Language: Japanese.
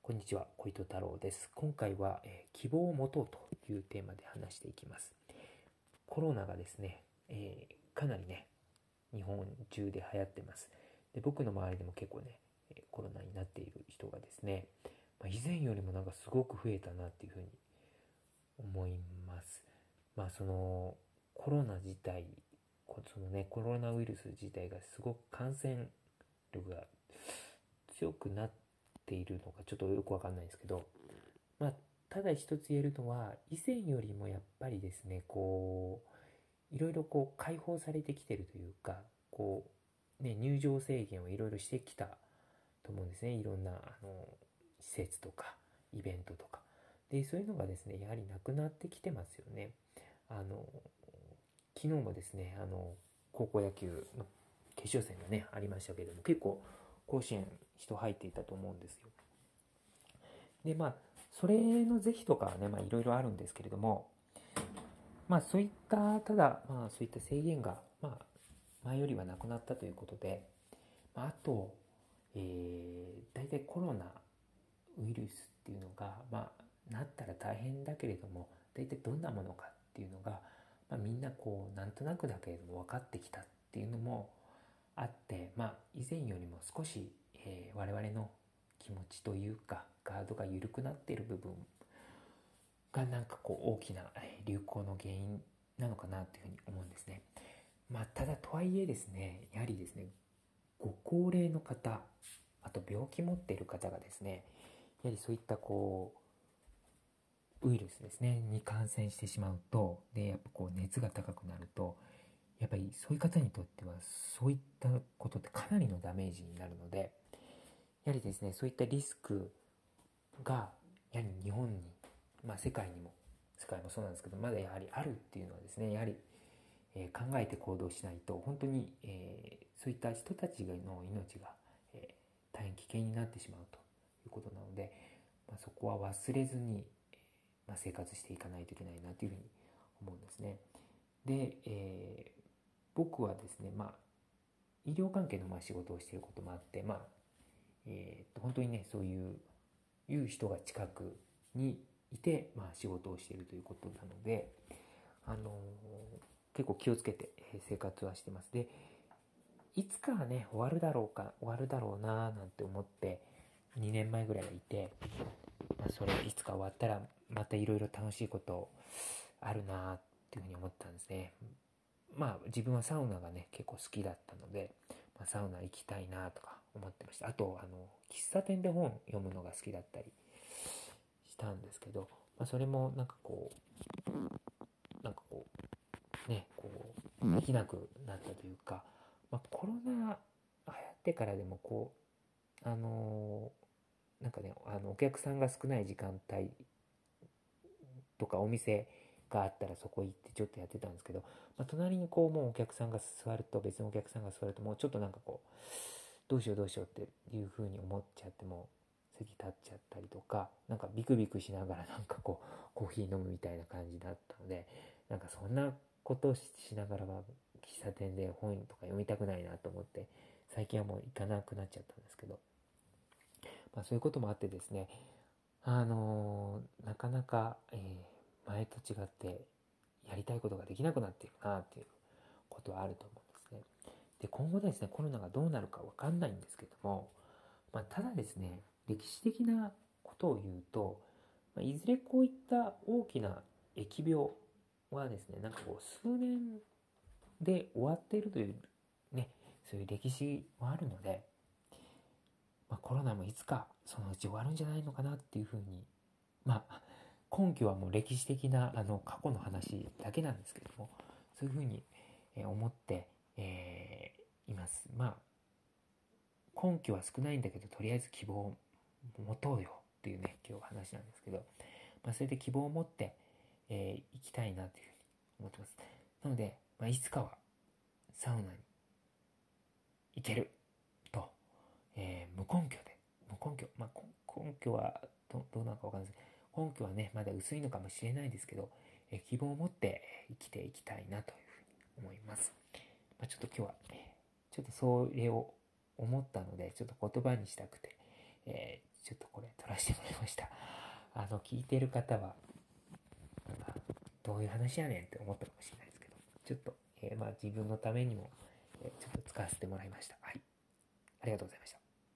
こんにちは、小糸太郎です。今回は、希望を持とうというテーマで話していきます。コロナがですね、かなりね、日本中で流行ってます。で、僕の周りでも結構ね、コロナになっている人がですね、以前よりもなんかすごく増えたなっていうふうに思います。コロナ自体、コロナウイルス自体がすごく感染力が強くなっているのかちょっとよくわかんないですけど、ただ一つ言えるのは、以前よりもやっぱりですね、いろいろ解放されてきてるというか、入場制限をいろいろしてきたと思うんですね。いろんな、施設とか、イベントとか。で、そういうのがですね、やはりなくなってきてますよね。あの、昨日もですね、高校野球の決勝戦がね、ありましたけれども、結構、甲子園人入っていたと思うんですよ。で、それの是非とかはね、いろいろあるんですけれども、そういった、ただ、そういった制限が、前よりはなくなったということで、あと、大体コロナウイルスっていうのが、なったら大変だけれども、大体どんなものかっていうのが、みんななんとなくだけれども分かってきたっていうのもあって、以前よりも少し、我々の気持ちというか、ガードが緩くなっている部分がなんか大きな流行の原因なのかなというふうに思うんですね。ただとはいえですね、やはりですね、ご高齢の方、あと病気持っている方がですね、やはりそういったウイルスですね、に感染してしまうと、で、やっぱ熱が高くなると、やっぱりそういう方にとっては、そういったことってかなりのダメージになるので、やはりですね、そういったリスクが、やはり日本に、世界にも、世界もそうなんですけど、まだやはりあるっていうのはですね、やはり、考えて行動しないと、本当に、そういった人たちの命が、大変危険になってしまうということなので、そこは忘れずに、生活していかないといけないなというふうに思うんですね。で、僕はですね、医療関係の仕事をしていることもあって、本当にね、そういう人が近くにいて、仕事をしているということなので、あの結構気をつけて生活はしてます。で、いつかはね、終わるだろうななんて思って2年前ぐらいはいて、それいつか終わったらまたいろいろ楽しいことあるなっていうふうに思ったんですね。自分はサウナがね結構好きだったので、サウナ行きたいなとか思ってました。あと喫茶店で本読むのが好きだったりしたんですけど、それもできなくなったというか、コロナ流行ってからでもあのお客さんが少ない時間帯とかお店があったらそこ行ってちょっとやってたんですけど、隣にもうお客さんが座ると、別のお客さんが座ると、もうちょっとどうしようどうしようっていう風に思っちゃって、もう席立っちゃったりとか、ビクビクしながらコーヒー飲むみたいな感じだったので、そんなことをしながらは喫茶店で本とか読みたくないなと思って、最近はもう行かなくなっちゃったんですけど、そういうこともあってですね、なかなか、前と違ってやりたいことができなくなっているなっていうことはあると思うんですね。で、今後ですね、コロナがどうなるかわかんないんですけども、ただですね、歴史的なことを言うと、いずれこういった大きな疫病はですね、数年で終わっているというね、そういう歴史もあるので、コロナもいつかそのうち終わるんじゃないのかなっていうふうに、根拠はもう歴史的な過去の話だけなんですけども、そういうふうに思って、います。根拠は少ないんだけど、とりあえず希望を持とうよっていうね、今日話なんですけど、それで希望を持って、いきたいなというふうに思ってます。なので、いつかはサウナに行けると、無根拠で、無根拠、根拠はどうなのかわかんないです。根拠はね、まだ薄いのかもしれないですけど、希望を持って生きていきたいなというふうに思います。ちょっと今日は、ちょっとそれを思ったので、ちょっと言葉にしたくて、 ちょっとこれ撮らせてもらいました。聞いてる方は、どういう話やねんって思ったかもしれないですけど、ちょっと、まあ自分のためにも、ちょっと使わせてもらいました。はい。ありがとうございました。